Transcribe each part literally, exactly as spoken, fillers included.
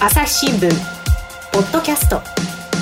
朝日新聞ポッドキャスト、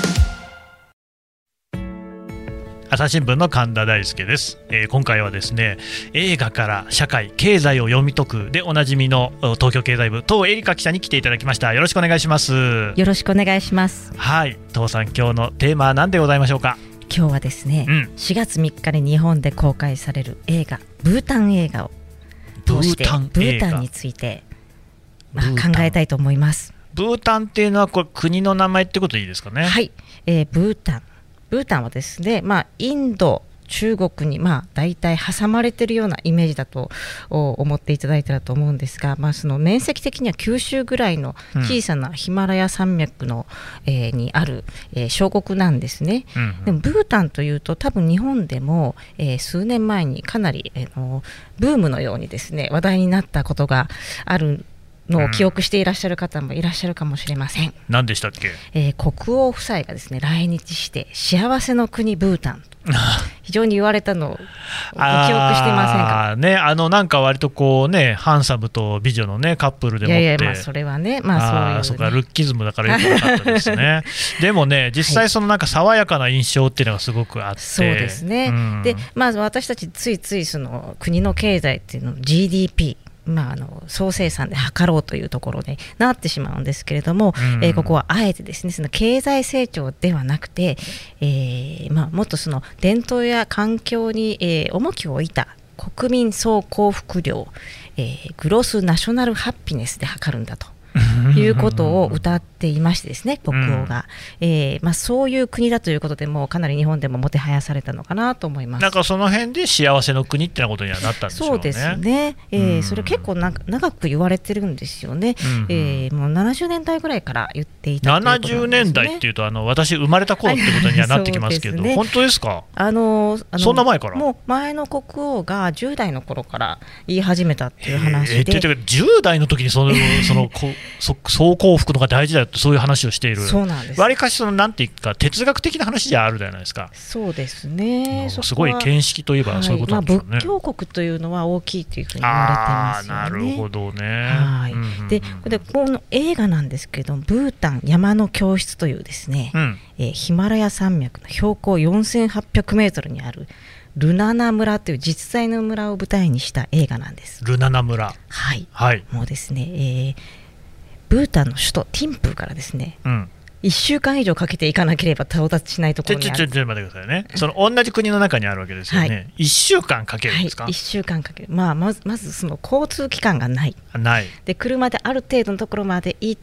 朝日新聞の神田大輔です、えー、今回はですね、映画から社会経済を読み解くでおなじみの東京経済部東恵梨香記者に来ていただきました。よろしくお願いします。 よろしくお願いします。 はい、東さん、今日のテーマは何でございましょうか。 今日はですね、うん、しがつみっかに日本で公開される映画ブータン映画を通してブータンについて、まあ、考えたいと思います。 ブータンっていうのはこれ国の名前ってことでいいですかね。 はい、えー、ブータンブータンはですね、まあ、インド中国にまあ大体挟まれているようなイメージだと思っていただいたらと思うんですが、まあ、その面積的には九州ぐらいの小さなヒマラヤ山脈の、うんえー、にある、えー、小国なんですね、うんうん、でもブータンというと多分日本でも、えー、数年前にかなり、えー、のブームのようにですね話題になったことがあるのを記憶していらっしゃる方もいらっしゃるかもしれません。 何でしたっけ。 えー、国王夫妻がですね来日して幸せの国ブータンと非常に言われたのをご記憶していませんか。 あ、ね、あのなんか割とこうねハンサムと美女のねカップルでもって、いやいや、まあそれはね、まあそういうね、 あそうかルッキズムだからよくなかったですねでもね実際そのなんか爽やかな印象っていうのがすごくあって、はい、 そうですね、うん、でまず私たちついついその国の経済っていうのを ジーディーピーまあ、あの総生産で測ろうというところになってしまうんですけれども、うんえー、ここはあえてですねその経済成長ではなくて、えーまあ、もっとその伝統や環境に、えー、重きを置いた国民総幸福量、えー、グロスナショナルハピネスで測るんだということを謳っていましてですね国王が、うんえーまあ、そういう国だということでもかなり日本でももてはやされたのかなと思います。 なんかその辺で幸せの国ってなことにはなったんでしょうね。 そうですね、えーうん、それ結構な長く言われてるんですよね、うんえー、もうななじゅうねんだいぐらいから言っていたということなんですね。ななじゅうねんだいっていうとあの私生まれた頃ってことにはなってきますけどね、本当ですか。 あのあのそんな前からもう前の国王がじゅう代の頃から言い始めたっていう話で、えー、 ってじゅう代の時にそのそのこそ総幸福のが大事だよってそういう話をしている。 そうなんです。 わりかしそのなんていうか哲学的な話じゃあるじゃないですか。 そうですね。 すごい見識といえばそういうことなんでしょうね、 はいまあ、仏教国というのは大きいというふうに言われてますよね。 あなるほどね。 はい、うんうんうん、ででこの映画なんですけどブータン山の教室というですね、うんえー、ヒマラヤ山脈の標高よんせんはっぴゃくメートルにあるルナナ村という実在の村を舞台にした映画なんです。 ルナナ村、 はい、 はい、 もうですね、えーブータンの首都ティンプーからですね、うん、いっしゅうかん以上かけていかなければ到達しないところにある。 ちょちょちょ待ってくださいね。その同じ国の中にあるわけですよね、はい、いっしゅうかんかけるんですか。 はい、いっしゅうかんかける、まあ、まず、まずその交通機関がないないで車である程度のところまで行って、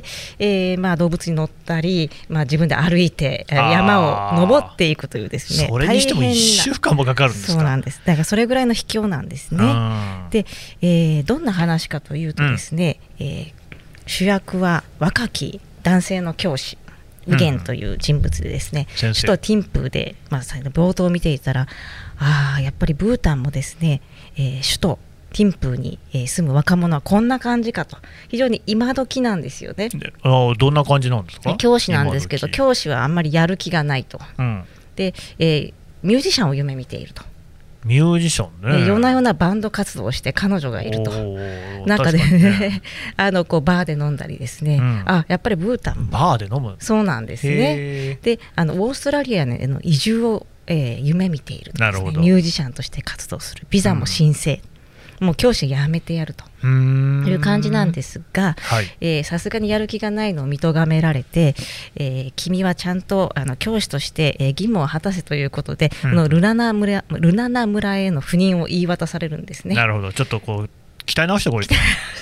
えーまあ、動物に乗ったり、まあ、自分で歩いて山を登っていくというですね。 それにしてもいっしゅうかんもかかるんですか。 そうなんです。だからそれぐらいの秘境なんですね。で、えー、どんな話かというとですね、うんえー主役は若き男性の教師ウゲンという人物でですね、うん、首都ティンプーで、まあ、冒頭を見ていたらあやっぱりブータンもですね、えー、首都ティンプーに、えー、住む若者はこんな感じかと非常に今時なんですよね。 あどんな感じなんですか。 教師なんですけど教師はあんまりやる気がないと、うん、で、えー、ミュージシャンを夢見ていると。 ミュージシャンね。 夜な夜なバンド活動をして彼女がいると中でねあのこうバーで飲んだりですね、うん、あやっぱりブータンバーで飲む。 そうなんですね。であのオーストラリアへの移住を、えー、夢見ているんですね。なるほど。ミュージシャンとして活動するビザも申請、うん、もう教師辞めてやるという感じなんですがさすがにやる気がないのを見とがめられて、えー、君はちゃんとあの教師として、えー、義務を果たせということで、うん、このルナナ村、ルナナ村への赴任を言い渡されるんですね。 なるほど。ちょっとこう鍛え直してこいと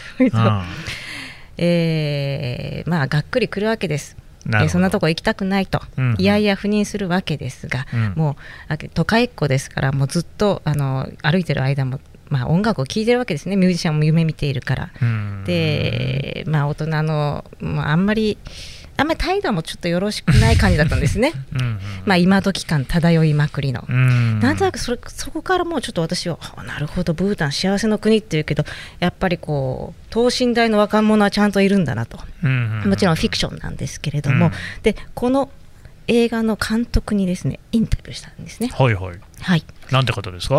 えー、まあがっくりくるわけです。そんなとこ行きたくないと、うんうん、いやいや赴任するわけですが、うん、もう都会っ子ですからもうずっとあの歩いてる間もまあ、音楽を聴いてるわけですね。ミュージシャンも夢見ているからで、まあ、大人の、まあ、あんまりあんまり態度もちょっとよろしくない感じだったんですねうん、うんまあ、今時感漂いまくりのなんとなく そ, れそこからもうちょっと私はなるほどブータン幸せの国っていうけどやっぱりこう等身大の若者はちゃんといるんだなと、うんうんうん、もちろんフィクションなんですけれども、うん、でこの映画の監督にですねインタビューしたんですね。 はいはい、はい、なんて方ですか。はい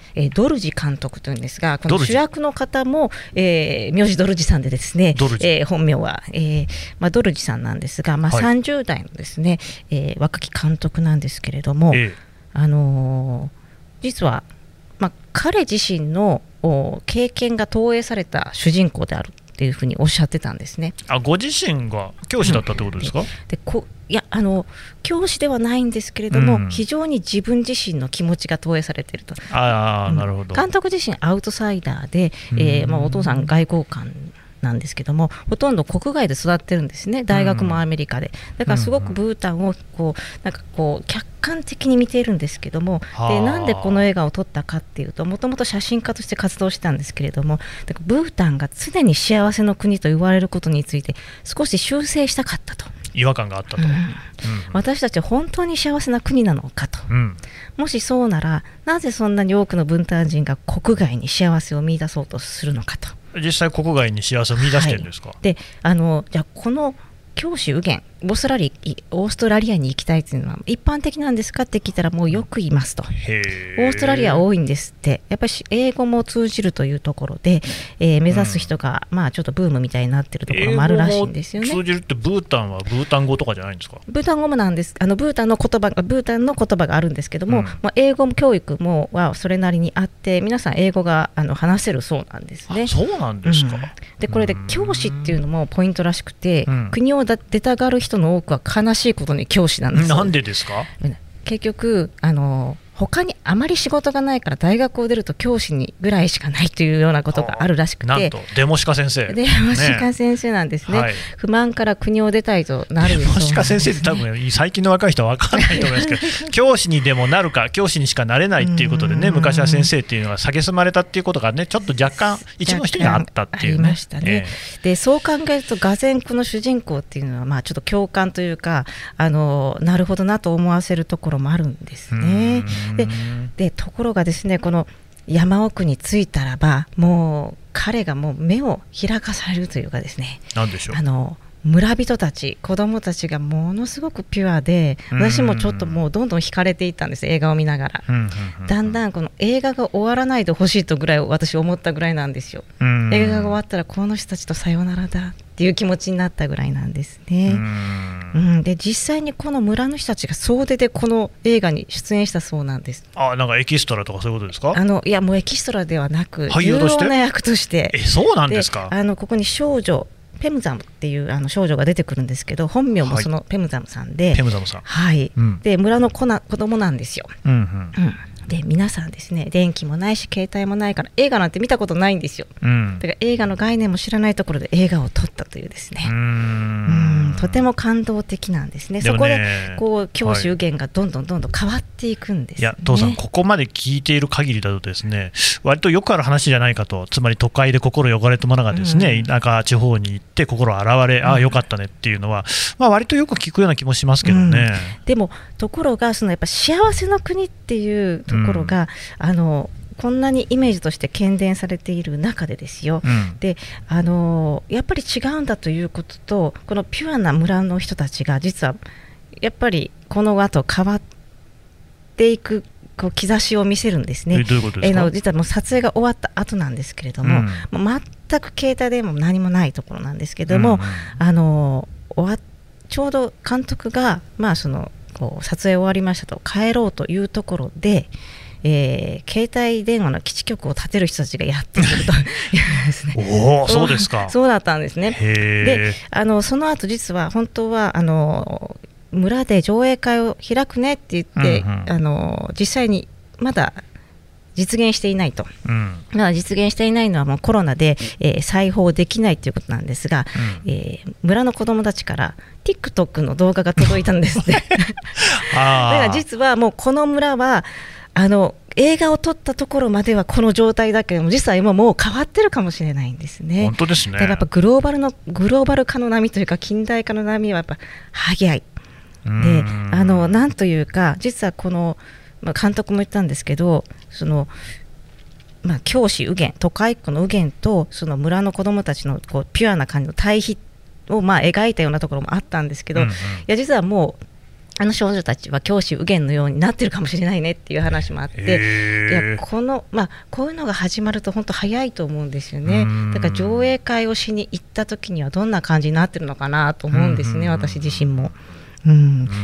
えー、ドルジ監督というんですが、この主役の方も、えー、名字ドルジさんでですね、えー、本名は、えーまあ、ドルジさんなんですが、まあ、さんじゅう代のですね、はい、えー、若き監督なんですけれども、えーあのー、実は、まあ、彼自身の経験が投影された主人公であるっていうふうにおっしゃってたんですね。 あ、ご自身が教師だったってことですか？うん、ででこいやあの教師ではないんですけれども、うん、非常に自分自身の気持ちが投影されていると。 あ、うん、なるほど。 監督自身アウトサイダーで、えーまあ、お父さん外交官なんですけども、ほとんど国外で育ってるんですね。大学もアメリカで、だからすごくブータンをこうなんかこう客観的に見ているんですけども、でなんでこの映画を撮ったかっていうと、もともと写真家として活動してたんですけれども、だからブータンが常に幸せの国と言われることについて少し修正したかったと。 違和感があったと、うんうん、 私たちは本当に幸せな国なのかと、うん、もしそうならなぜそんなに多くのブータン人が国外に幸せを見出そうとするのかと。 実際国外に幸せを見出してるんですか？はい、 であのじゃあこの教師右舷オーストラリオーストラリアに行きたいというのは一般的なんですかって聞いたら、もうよく言いますと。 へオーストラリア多いんですって。やっぱり英語も通じるというところで、えー、目指す人が、うん、まあちょっとブームみたいになってるところもあるらしいんですよね。 英語も通じるってブータンはブータン語とかじゃないんですか？ ブータン語もなんです。あのブータンの言葉がブータンの言葉があるんですけども、うん、まあ、英語も教育もはそれなりにあって、皆さん英語があの話せるそうなんですね。 そうなんですか？うん、 でこれで教師っていうのもポイントらしくて、うん、国を出たがる人の多くは悲しいことに教師なんですよ。 なんでですか？ 結局あの他にあまり仕事がないから大学を出ると教師にぐらいしかないというようなことがあるらしくて、 なんとデモシカ先生デモシカ先生なんですね、はい、不満から国を出たいとなる。 デモシカ先生って多分最近の若い人は分からないと思いますけど教師にでもなるか教師にしかなれないっていうことでね、昔は先生っていうのは蔑まれたっていうことがね、ちょっと若干一部の人にはあったっていう、ね、 ありましたね、えー、でそう考えるとがぜんこの主人公っていうのはまあちょっと共感というか、あのなるほどなと思わせるところもあるんですね。ででところがですね、この山奥に着いたらばもう彼がもう目を開かされるというかですね、 なんでしょう、 あの村人たち子供たちがものすごくピュアで、私もちょっともうどんどん惹かれていったんです、映画を見ながら、うんうんうん、だんだんこの映画が終わらないでほしいとぐらい私思ったぐらいなんですよ。映画が終わったらこの人たちとさよならだっていう気持ちになったぐらいなんですね。うん、うん、で実際にこの村の人たちが総出でこの映画に出演したそうなんです。 あ、なんかエキストラとかそういうことですか？ あのいやもうエキストラではなく重要な役として。 え、そうなんですか？ であのここに少女ペムザムっていうあの少女が出てくるんですけど、本名もそのペムザムさんで、はい、 ペムザムさん、 はい、うん、で村の子な子供なんですよ、うんうんうん、で皆さんですね、電気もないし携帯もないから映画なんて見たことないんですよ、うん、だから映画の概念も知らないところで映画を撮ったというですね、うーん、とても感動的なんですね。 でもね、 そこでこう教師右舷がどんどんどんどん変わっていくんです、ね、 いや父さん、ここまで聞いている限りだとですね、割とよくある話じゃないかと。つまり都会で心汚れた者がですね、うん、田舎地方に行って心洗われ、うん、ああよかったねっていうのは、まあ、割とよく聞くような気もしますけどね、 うん、でもところがそのやっぱ幸せの国っていうところが、うん、あのこんなにイメージとして喧伝されている中でですよ、うん、であのやっぱり違うんだということと、このピュアな村の人たちが実はやっぱりこの後変わっていくこう兆しを見せるんですね。 え、どういうことですか？ えの実はもう撮影が終わった後なんですけれども、うん、もう全く携帯電話も何もないところなんですけれども、うんうん、あの終わちょうど監督が、まあ、そのこう撮影終わりましたと帰ろうというところで、えー、携帯電話の基地局を建てる人たちがやってくるというですねおー、そうですか。 そうだったんですね。 へー。 であのその後実は本当はあの村で上映会を開くねって言って、うんうん、あの実際にまだ実現していないと、うん、まだ実現していないのはもうコロナで、えー、再放できないということなんですが、うんえー、村の子どもたちから TikTok の動画が届いたんですってだから実はもうこの村はあの映画を撮ったところまではこの状態だけども、実は今もう変わってるかもしれないんですね。 本当ですね。 だからやっぱグローバルのグローバル化の波というか近代化の波はやっぱ早いで、あのなんというか実はこの、まあ、監督も言ったんですけど、その、まあ、教師右舷都会っ子の右舷とその村の子どもたちのこうピュアな感じの対比をまあ描いたようなところもあったんですけど、うんうん、いや実はもうあの少女たちは教師右賢のようになってるかもしれないねっていう話もあって、いやこの、まあ、こういうのが始まると本当早いと思うんですよね。だから上映会をしに行った時にはどんな感じになってるのかなと思うんですね、私自身も。うん、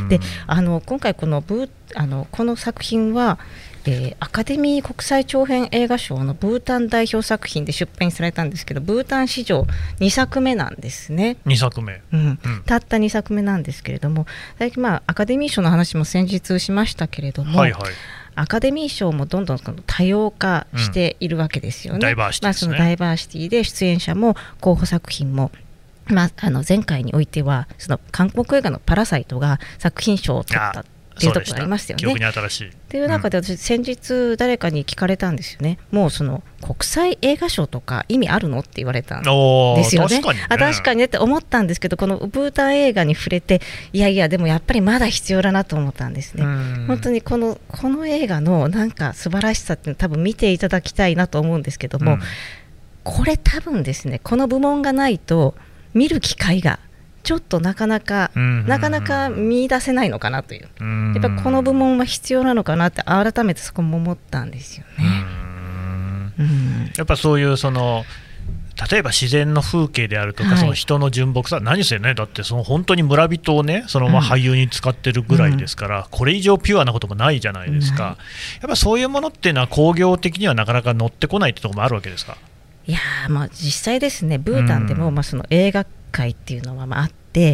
であの今回このブあのこの作品は、えー、アカデミー国際長編映画賞のブータン代表作品で出品されたんですけど、ブータン史上にさくめなんですね。 にさくめ、 うんうん、たったにさくめなんですけれども、最近、まあ、アカデミー賞の話も先日しましたけれども、はいはい、アカデミー賞もどんどん多様化しているわけですよね。 うん、ダイバーシティですね。 まあ、そのダイバーシティで出演者も候補作品も、まあ、あの前回においてはその韓国映画のパラサイトが作品賞を取ったっていうところがありましたよね。 記憶に新しいっていう中で私先日誰かに聞かれたんですよね、うん、もうその国際映画賞とか意味あるのって言われたんですよね。確かにね、あ確かにねって思ったんですけど、このブータン映画に触れていやいやでもやっぱりまだ必要だなと思ったんですね。本当にこの、この映画のなんか素晴らしさっていうのを多分見ていただきたいなと思うんですけども、うん、これ多分ですねこの部門がないと見る機会がちょっとなかなか、うんうんうん、なかなか見出せないのかなという、うん、やっぱこの部門は必要なのかなって改めてそこも思ったんですよね。 うんうん、やっぱそういうその例えば自然の風景であるとか、はい、その人の純朴さ、何せねだってその本当に村人をねそのまま俳優に使ってるぐらいですから、うん、これ以上ピュアなこともないじゃないですか、うん、やっぱそういうものっていうのは工業的にはなかなか乗ってこないってところもあるわけですか。 いやまあ実際ですね、ブータンでもまあその映画界っていうのはまああって、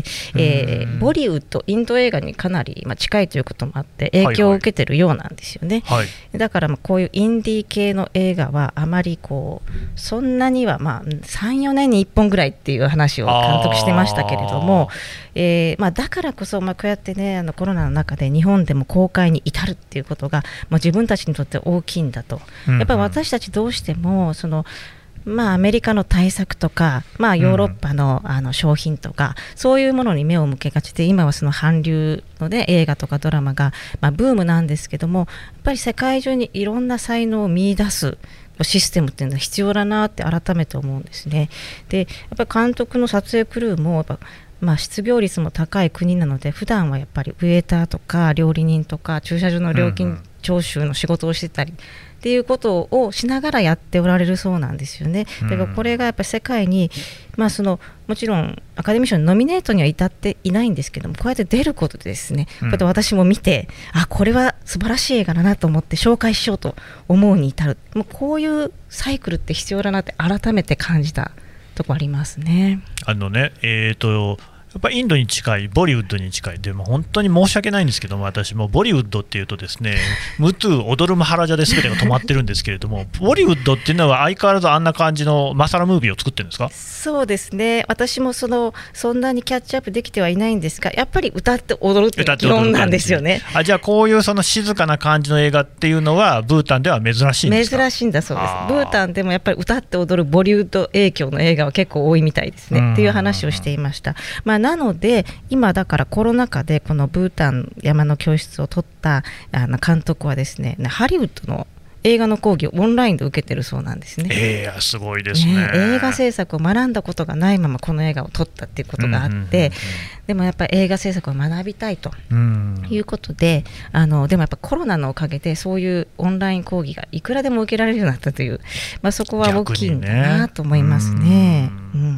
えー、ボリウッドインド映画にかなりまあ近いということもあって影響を受けてるようなんですよね、はいはい、だからまあこういうインディー系の映画はあまりこうそんなにはまあ さんよねんにいっぽんぐらいっていう話を監督してましたけれども、えーまあ、だからこそまあこうやってねあのコロナの中で日本でも公開に至るっていうことがまあ自分たちにとって大きいんだと、うんうん、やっぱり私たちどうしてもそのまあ、アメリカの対策とか、まあ、ヨーロッパ の, あの商品とか、うん、そういうものに目を向けがちで、今はその韓流の、ね、映画とかドラマが、まあ、ブームなんですけども、やっぱり世界中にいろんな才能を見出すシステムっていうのは必要だなって改めて思うんですね。でやっぱり監督の撮影クルーもやっぱまあ、失業率も高い国なので、普段はやっぱりウェイターとか料理人とか駐車場の料金徴収の仕事をしてたりっていうことをしながらやっておられるそうなんですよね。だからこれがやっぱり世界に、まあ、そのもちろんアカデミー賞のノミネートには至っていないんですけども、こうやって出ることでですね、こうやって私も見て、あこれは素晴らしい映画だなと思って紹介しようと思うに至る、もうこういうサイクルって必要だなって改めて感じたとこありますね。 あのねえーとやっぱインドに近い、ボリウッドに近い、でも本当に申し訳ないんですけども、私もボリウッドっていうとですね、ムトゥ、踊るマハラジャで全てが止まってるんですけれども、ボリウッドっていうのは相変わらずあんな感じのマサラムービーを作ってるんですか。 そうですね、私も そ, のそんなにキャッチアップできてはいないんですが、やっぱり歌って踊るっていう基本なんですよね。 あじゃあこういうその静かな感じの映画っていうのはブータンでは珍しいんですか。 珍しいんだそうです。ブータンでもやっぱり歌って踊るボリウッド影響の映画は結構多いみたいですねっていう話をしていました。まあ、なので今だからコロナ禍でこのブータン山の教室を取ったあの監督はですね、ハリウッドの映画の講義をオンラインで受けてるそうなんですね。 えー、すごいですね。ね映画制作を学んだことがないままこの映画を撮ったっていうことがあって、うんうんうんうん、でもやっぱり映画制作を学びたいということで、うん、あのでもやっぱコロナのおかげでそういうオンライン講義がいくらでも受けられるようになったという、まあ、そこは大きいんだなと思いますね。うんうん、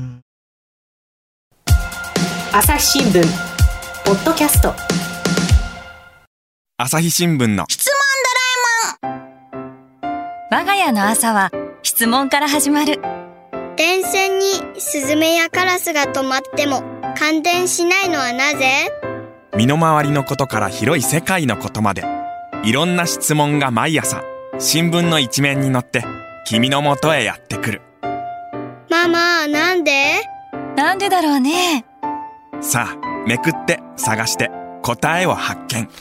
朝日新聞ポッドキャスト、 朝日新聞の質問ドラえもん。我が家の朝は質問から始まる。 電線にスズメやカラスが止まっても感電しないのはなぜ？ 身の回りのことから広い世界のことまで、いろんな質問が毎朝新聞の一面に載って君のもとへやってくる。 ママ、なんで？ なんでだろうね。 さあめくって探して答えを発見。あっ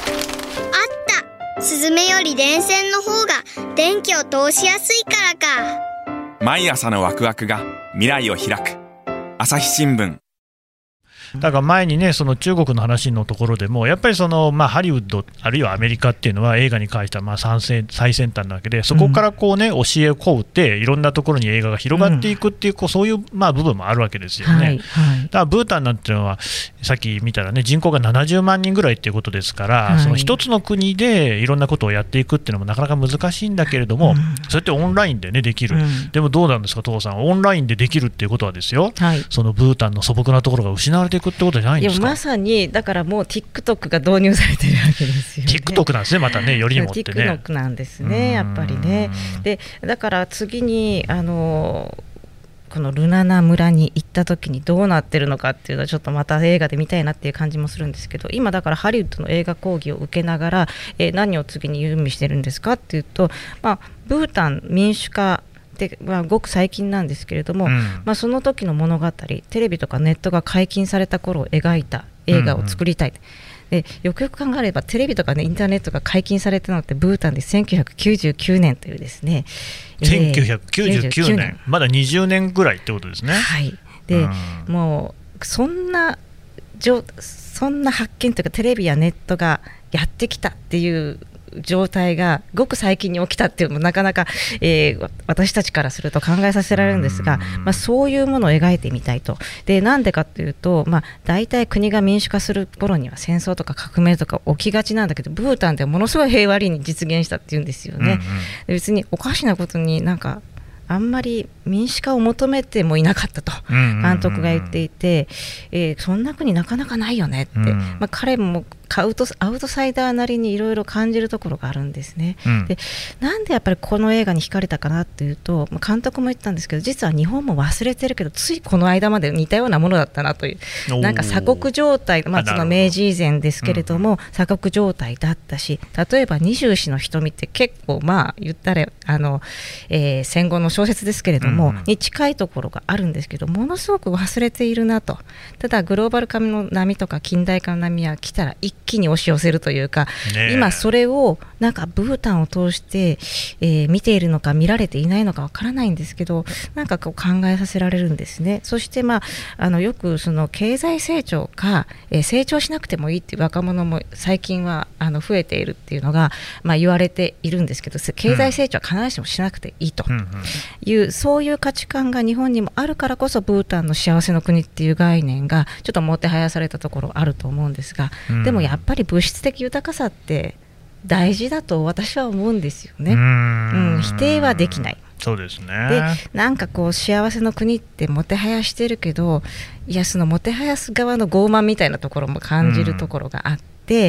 た、スズメより電線の方が電気を通しやすいからか。 毎朝のワクワクが未来を開く。朝日新聞。 だから前にね、その中国の話のところでも、やっぱりその、まあ、ハリウッド、あるいはアメリカっていうのは、映画に関してはまあ最先最先端なわけで、そこからこう、ね、教えを請うて、いろんなところに映画が広がっていくっていう、こうそういうまあ部分もあるわけですよね。はいはい、だからブータンなんていうのは、さっき見たらね、人口がななじゅうまんにんぐらいっていうことですから、はい、その一つの国でいろんなことをやっていくっていうのもなかなか難しいんだけれども、うん、それってオンラインで、ね、できる、うん、でもどうなんですか、父さん、オンラインでできるっていうことはですよ、はい、そのブータンの素朴なところが失われていくってことじゃないんですか。 いやまさにだからもう TikTok が導入されてるわけですよね。 TikTok なんですね、またね、よりにもってね TikTok なんですね、やっぱりね。でだから次にあのこのルナナ村に行った時にどうなってるのかっていうのはちょっとまた映画で見たいなっていう感じもするんですけど、今だからハリウッドの映画講義を受けながら、えー、何を次に準備してるんですかっていうと、まあ、ブータン民主化で、まあ、ごく最近なんですけれども、うんまあ、その時の物語、テレビとかネットが解禁された頃を描いた映画を作りたい、うんうんでよくよく考えればテレビとか、ね、インターネットが解禁されたのってブータンでせんきゅうひゃくきゅうじゅうきゅうねんというですね、 せんきゅうひゃくきゅうじゅうきゅうねん、まだにじゅうねんぐらいってことですね。 はいで、うん、もうそんなそんな発見というか、テレビやネットがやってきたっていう状態がごく最近に起きたっていうのもなかなか、えー、私たちからすると考えさせられるんですが、まあ、そういうものを描いてみたいと。でなんでかというと、まあ、大体国が民主化する頃には戦争とか革命とか起きがちなんだけど、ブータンではものすごい平和裏に実現したっていうんですよね。うんうん、別におかしなことになんかあんまり民主化を求めてもいなかったと監督が言っていて、えー、そんな国なかなかないよねって、うんまあ、彼もアウト、アウトサイダーなりにいろいろ感じるところがあるんですね。うん、でなんでやっぱりこの映画に惹かれたかなっていうと、監督も言ったんですけど、実は日本も忘れてるけどついこの間まで似たようなものだったなという、なんか鎖国状態、まあ、その明治以前ですけれども、うん、鎖国状態だったし、例えば二十四の瞳って結構まあ言ったらあの、えー、戦後の小説ですけれども、うん、に近いところがあるんですけど、ものすごく忘れているなと。ただグローバル化の波とか近代化の波は来たら一気に押し寄せるというか、ね、今それをなんかブータンを通して、えー、見ているのか見られていないのかわからないんですけど、なんかこう考えさせられるんですね。そして、まあ、あのよくその経済成長か、えー、成長しなくてもいいっていう若者も最近はあの増えているっていうのが、まあ、言われているんですけど、経済成長は必ずしもしなくていいという、うん、そういう価値観が日本にもあるからこそ、ブータンの幸せの国っていう概念がちょっともてはやされたところあると思うんですが、うん、でもやっぱり物質的豊かさって大事だと私は思うんですよね。うーん、うん、否定はできない。 そうですね。 でなんかこう幸せの国ってもてはやしてるけど、いやそのもてはやす側の傲慢みたいなところも感じるところがあって、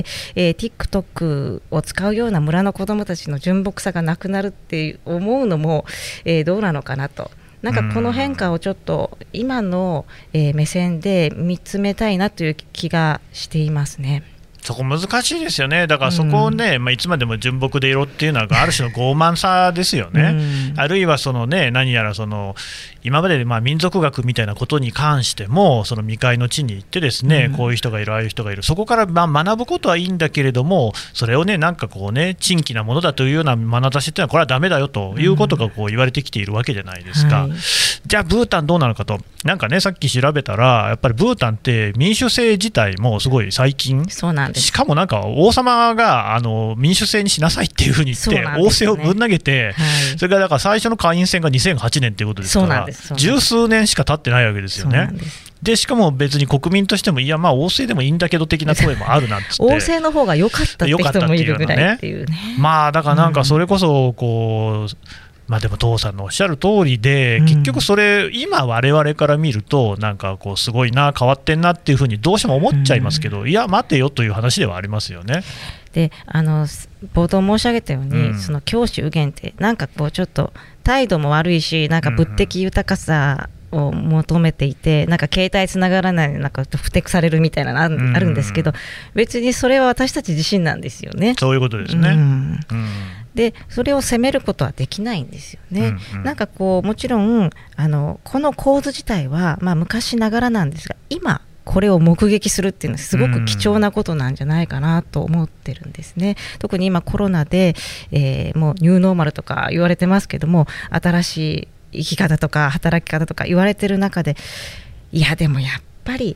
えー、TikTok を使うような村の子どもたちの純朴さがなくなるって思うのも、えー、どうなのかなと。なんかこの変化をちょっと今の、えー、目線で見つめたいなという気がしていますね。 そこ難しいですよね。だからそこをね、うんまあ、いつまでも純朴でいろっていうのはある種の傲慢さですよね。うん、あるいはその、ね、何やらその今までまあ民族学みたいなことに関しても、その未開の地に行ってですね、うん、こういう人がいるああいう人がいる、そこからまあ学ぶことはいいんだけれども、それをねなんかこうね珍奇なものだというような眼差しっていうのはこれはダメだよということがこう言われてきているわけじゃないですか。うんはい、じゃあブータンどうなのかと、なんかねさっき調べたらやっぱりブータンって民主制自体もすごい最近、 そうなんです。 しかもなんか王様があの民主制にしなさいっていうふうに言って、ね、王政をぶん投げて、はい、それからだから最初の下院選がにせんはちねんということですから、十数年しか経ってないわけですよね。でしかも別に国民としてもいやまあ王政でもいいんだけど的な声もあるなんつって王政の方が良かったって人もいるぐらいっていうね。 まあだからなんかそれこそこう、まあ、でも父さんのおっしゃる通りで、結局それ今我々から見るとなんかこうすごいな変わってんなっていうふうにどうしても思っちゃいますけど、いや待てよという話ではありますよね。 であの冒頭申し上げたように、うん、その教師右賢ってなんかこうちょっと態度も悪いし、なんか物的豊かさを求めていて、なんか携帯つながらないなんかふてくされるみたいなのある、あるんですけど、別にそれは私たち自身なんですよね。 そういうことですね。うんうんでそれを責めることはできないんですよね。うんうん、なんかこうもちろんあのこの構図自体は、まあ、昔ながらなんですが、今これを目撃するっていうのはすごく貴重なことなんじゃないかなと思ってるんですね。特に今コロナで、えー、もうニューノーマルとか言われてますけども、新しい生き方とか働き方とか言われてる中で、いやでもやっぱり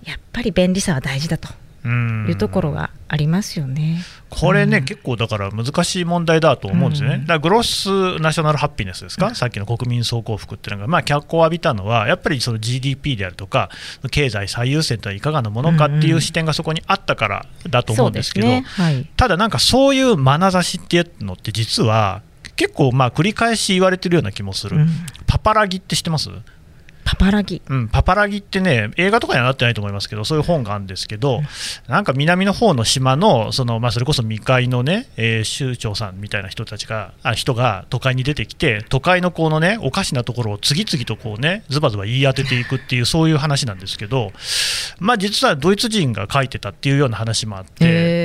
やっぱり便利さは大事だというところがありますよね。 これね、うん、結構だから難しい問題だと思うんですよね、うん、だからグロスナショナルハッピネスですか、うん、さっきの国民総幸福っていうのが、まあ、脚光を浴びたのはやっぱりその ジーディーピー であるとか経済最優先とはいかがなものかっていう視点がそこにあったからだと思うんですけど、うんうんねはい、ただなんかそういう眼差しっていうのって実は結構まあ繰り返し言われてるような気もする、うん、パパラギって知ってます？ パパラギ、 うん、パパラギってね映画とかにはなってないと思いますけどそういう本があるんですけど、うん、なんか南の方の島の、 その、まあ、それこそ未開のね、えー、州長さんみたいな人たちがあ人が都会に出てきて都会のこのねおかしなところを次々とこうねズバズバ言い当てていくっていうそういう話なんですけど、まあ、実はドイツ人が書いてたっていうような話もあって、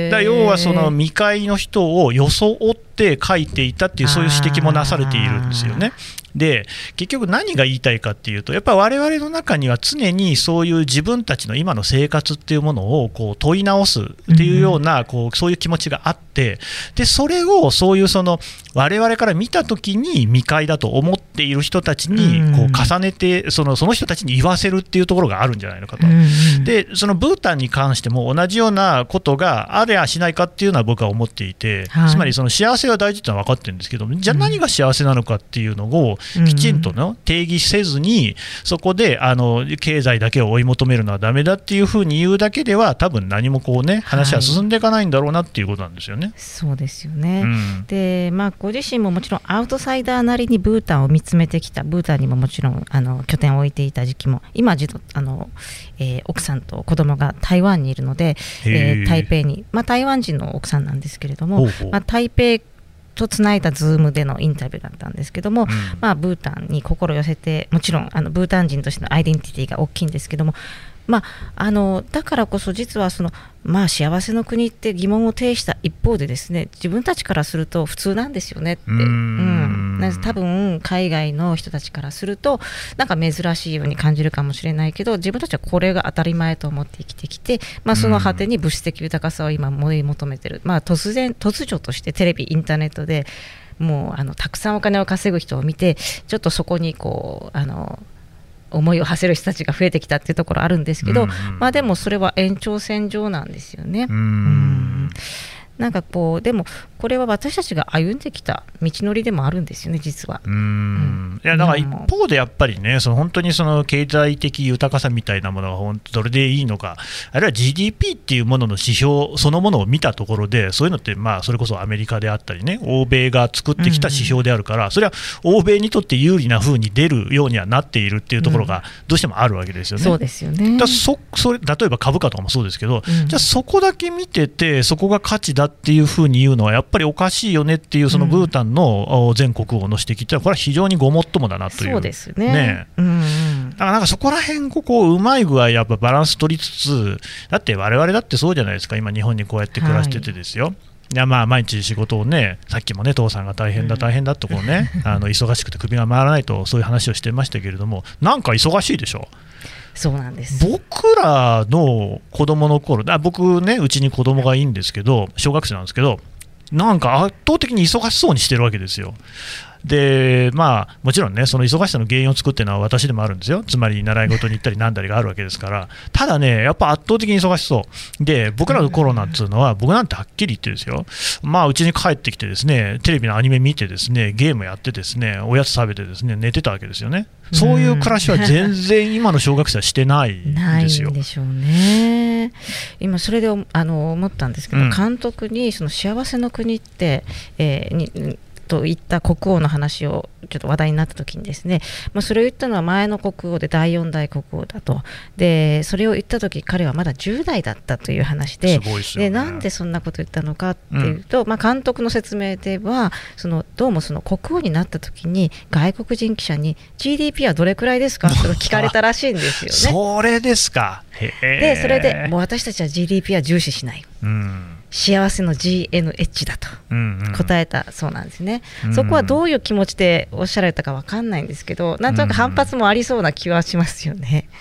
だ要はその未開の人を装って書いていたっていうそういう指摘もなされているんですよね。で結局何が言いたいかっていうとやっぱり我々の中には常にそういう自分たちの今の生活っていうものをこう問い直すっていうようなこうそういう気持ちがあってでそれをそういうその我々から見た時に未開だと思っている人たちにこう重ねてそのその人たちに言わせるっていうところがあるんじゃないのかと。でそのブータンに関しても同じようなことがあれやしないかっていうのは僕は思っていて、はい、つまりその幸せは大事っていうのは分かってるんですけどじゃあ何が幸せなのかっていうのをきちんとの定義せずにそこであの経済だけを追い求めるのはダメだっていうふうに言うだけでは多分何もこうね話は進んでいかないんだろうなっていうことなんですよね、はい、 そうですよね、うん、でまあご自身ももちろんアウトサイダーなりにブータンを見つめてきたブータンにももちろんあの拠点を置いていた時期も今じとあの、えー、奥さんと子供が台湾にいるので、えー、台北に、まあ、台湾人の奥さんなんですけれども、ほうほうまあ、台北とつないだズームでのインタビューだったんですけども、うんまあ、ブータンに心寄せてもちろんあのブータン人としてのアイデンティティが大きいんですけども、まあ、あのだからこそ実はその、まあ、幸せの国って疑問を呈した一方でですね自分たちからすると普通なんですよねって、うんうん、多分海外の人たちからするとなんか珍しいように感じるかもしれないけど自分たちはこれが当たり前と思って生きてきて、まあ、その果てに物質的豊かさを今追い求めてる、まあ、突然突如としてテレビインターネットでもうあのたくさんお金を稼ぐ人を見てちょっとそこにこうあの思いを馳せる人たちが増えてきたっていうところあるんですけど、うんうんまあ、でもそれは延長線上なんですよね。うんうんなんかこうでもこれは私たちが歩んできた道のりでもあるんですよね実は。うーん、うん、 いやだから一方でやっぱりねその本当にその経済的豊かさみたいなものが本当どれでいいのかあるいは ジーディーピー っていうものの指標そのものを見たところでそういうのってまあそれこそアメリカであったりね欧米が作ってきた指標であるから、うんうん、それは欧米にとって有利な風に出るようにはなっているっていうところがどうしてもあるわけですよね、 うん、そうですよね。 だそそれ例えば株価とかもそうですけど、うん、じゃあそこだけ見ててそこが価値だっていう風に言うのはやっぱりおかしいよねっていうそのブータンの前国王の指摘ってこれは非常にごもっともだなという。 そうですね。ねうんうん、 だからなんかそこら辺ここうまい具合やっぱバランス取りつつだって我々だってそうじゃないですか今日本にこうやって暮らしててですよ、はいいやまあ毎日仕事をねさっきもね父さんが大変だ大変だとこうね、うん、あの忙しくて首が回らないとそういう話をしてましたけれどもなんか忙しいでしょ。 そうなんです。 僕らの子供の頃あ僕ねうちに子供がいいんですけど小学生なんですけどなんか圧倒的に忙しそうにしてるわけですよ。でまあもちろんねその忙しさの原因を作ってるのは私でもあるんですよ。つまり習い事に行ったりなんだりがあるわけですからただねやっぱ圧倒的に忙しそうで僕らの頃なんていうのは僕なんてはっきり言ってですよまあうちに帰ってきてですねテレビのアニメ見てですねゲームやってですねおやつ食べてですね寝てたわけですよね。そういう暮らしは全然今の小学生はしてないんですよ。 ないんでしょうね。今それであの思ったんですけど、うん、監督にその幸せの国って、えー、にといった国王の話をちょっと話題になった時にですね、まあ、それを言ったのは前の国王でだいよん代国王だと。でそれを言った時彼はまだじゅう代だったという話 で, すごいですよね。 でなんでそんなこと言ったのかっていうと、うんまあ、監督の説明ではそのどうもその国王になった時に外国人記者に ジーディーピー はどれくらいですかと聞かれたらしいんですよね。 それですか。へー。 でそれでもう私たちは ジーディーピー は重視しない、うん幸せの ジーエヌエイチ だと答えたそうなんですね、うんうん、そこはどういう気持ちでおっしゃられたか分かんないんですけどなんとなく反発もありそうな気はしますよね、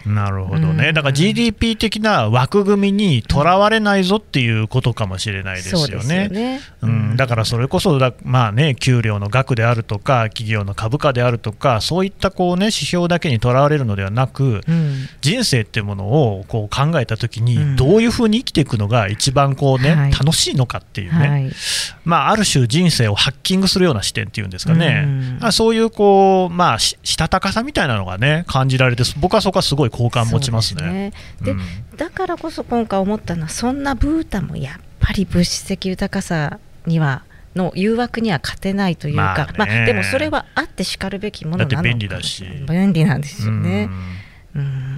なるほどね、だから ジーディーピー 的な枠組みにとらわれないぞっていうことかもしれないですよね。そうですよね、うん、だからそれこそだ、まあね、給料の額であるとか企業の株価であるとかそういったこう、ね、指標だけにとらわれるのではなく、うん、人生っていうものをこう考えたときに、うん、どういうふうに生きていくのが一番こう、ね、はい、楽しいのかっていうね、はい、まあ、ある種人生をハッキングするような視点っていうんですかね、うん、そういうこう、まあ、したたかさみたいなのが、ね、感じられて、僕はそこはすごい好感持ちますね。 で、うん、だからこそ今回思ったのは、そんなブータンもやっぱり物質的豊かさにはの誘惑には勝てないというか、まあまあ、でもそれはあってしかるべきものなのか、だって便利だし便利なんですよね。うん、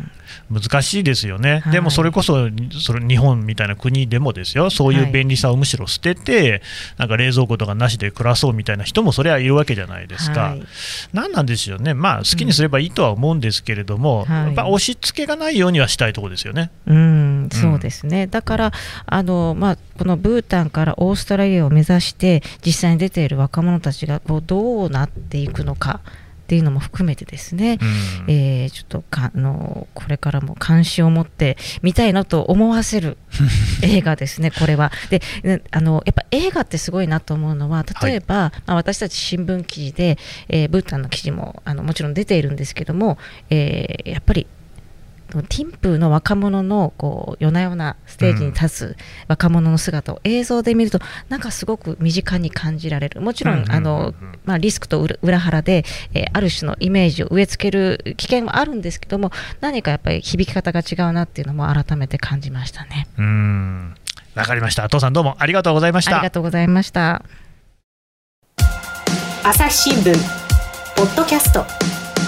難しいですよね、はい、でもそれこそ、それ日本みたいな国でもですよ、そういう便利さをむしろ捨てて、はい、なんか冷蔵庫とかなしで暮らそうみたいな人もそれはいるわけじゃないですか、はい、なんなんでしょうね、まあ、好きにすればいいとは思うんですけれども、うん、やっぱ押し付けがないようにはしたいところですよね。 うん、そうですね、だからあの、まあ、このブータンからオーストラリアを目指して実際に出ている若者たちがこうどうなっていくのかっていうのも含めてですね、うん、えー、ちょっとかあのこれからも関心を持って見たいなと思わせる映画ですねこれは。で、あのやっぱ映画ってすごいなと思うのは、例えば、はい、まあ、私たち新聞記事で、えー、ブータンの記事もあのもちろん出ているんですけども、えー、やっぱりティンプーの若者のこう夜な夜なステージに立つ若者の姿を映像で見ると、なんかすごく身近に感じられる。もちろんあの、まあ、リスクと裏腹で、えー、ある種のイメージを植え付ける危険はあるんですけども、何かやっぱり響き方が違うなっていうのも改めて感じましたね。 うーん、わかりました。父さんどうもありがとうございました。 ありがとうございました。 朝日新聞ポッドキャスト。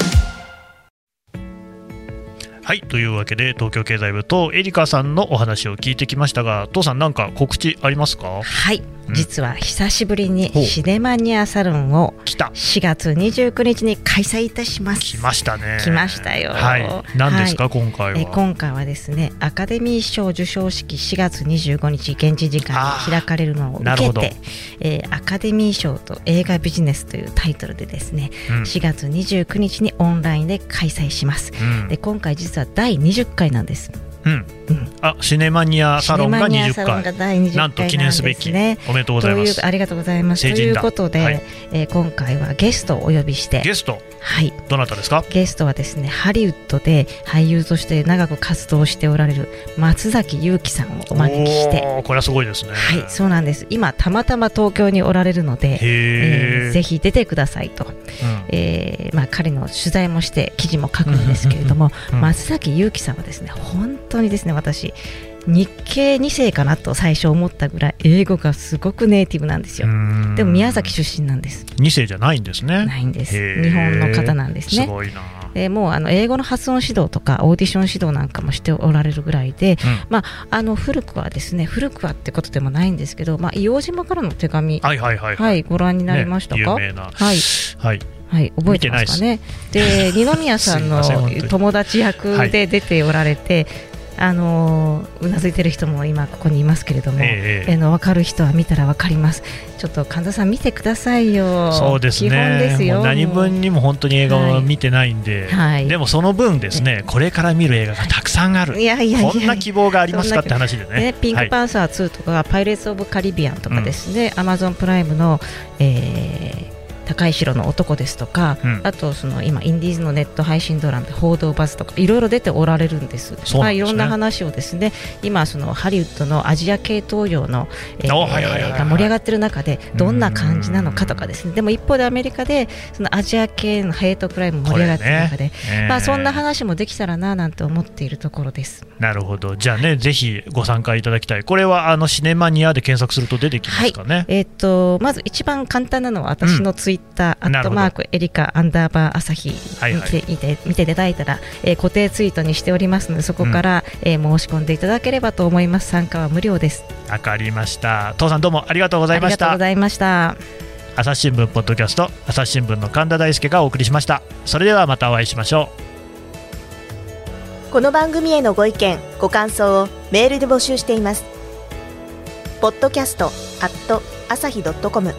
はい、というわけで東京経済部とエリカさんのお話を聞いてきましたが、父さん何か告知ありますか？ はい、うん、実は久しぶりにシネマニアサロンをしがつにじゅうくにちに開催いたします。 来ましたね。 来ましたよ。 はい、何ですか、はい、今回は。 え今回はですね、アカデミー賞授賞式しがつにじゅうごにち現地時間に開かれるのを受けて、えー、アカデミー賞と映画ビジネスというタイトルでですね、うん、しがつにじゅうくにちにオンラインで開催します、うん、で今回実はだいにじゅっかいなんです。 うんうん、あシネマニアサロンがにじゅっかい、なんと記念すべき、おめでとうございます。 ありがとうございます。ということで、はい、えー、今回はゲストをお呼びして。 ゲスト、 はい、 どなたですか？ ゲストはですね、ハリウッドで俳優として長く活動しておられる松崎悠希さんをお招きして。 おー、これはすごいですね。 はい、そうなんです。今たまたま東京におられるので、えー、ぜひ出てくださいと、うん、えーまあ、彼の取材もして記事も書くんですけれども、うんうんうん、松崎悠希さんはですね、本当にですね、私日系にせいかなと最初思ったぐらい英語がすごくネイティブなんですよ。でも宮崎出身なんです。 にせいじゃないんですね。 ないんです。日本の方なんですね。 すごいな。 でもうあの英語の発音指導とかオーディション指導なんかもしておられるぐらいで、うん、まあ、あの古くはですね、古くはってことでもないんですけど、まあ、硫黄島からの手紙、 はいはいはいはい、 はい、ご覧になりましたか？ね、 有名な、 はいはいはい、覚えてますかね。で二宮さんの友達役で出ておられて、あのうなずいてる人も今ここにいますけれども、えー、えの分かる人は見たら分かります。ちょっと神田さん見てくださいよ。 そうですね、基本ですよ。もう何分にも本当に映画は見てないんで、はい、でもその分ですね、これから見る映画がたくさんある。いやいやいや、こんな希望がありますかって話で ね, ねピンクパンサーツーとか、はい、パイレーツオブカリビアンとかですね、アマゾンプライムの、えー高い城の男ですとか、うん、あとその今インディーズのネット配信ドラマで報道バズとかいろいろ出ておられるんです。まあ、いろんな話をですね、今そのハリウッドのアジア系東洋の、えー、が盛り上がってる中でどんな感じなのかとかですね。でも一方でアメリカでそのアジア系のヘイトクライム盛り上がってる中で、ねえーまあ、そんな話もできたらななんて思っているところです。 なるほど。じゃあね、ぜひご参加いただきたい。これはあのシネマニアで検索すると出てきますかね。はい、えー、 とまず一番簡単なのは私のツイッター、うん、アットマークエリカアンダーバー朝日見て、見て、見ていただいたら、えー、固定ツイートにしておりますので、そこから、うん、えー、申し込んでいただければと思います。参加は無料です。 わかりました。父さんどうもありがとうございました。 ありがとうございました。 朝日新聞ポッドキャスト、朝日新聞の神田大輔がお送りしました。それではまたお会いしましょう。この番組へのご意見ご感想をメールで募集しています。ポッドキャストアット朝日ドットコム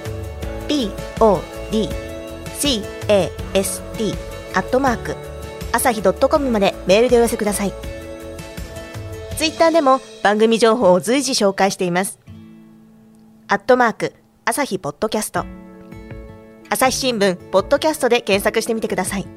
ピーオーディーキャスト アットマーク朝日 .com までメールでお寄せください。ツイッターでも番組情報を随時紹介しています。アットマーク朝日ポッドキャスト、朝日新聞ポッドキャストで検索してみてください。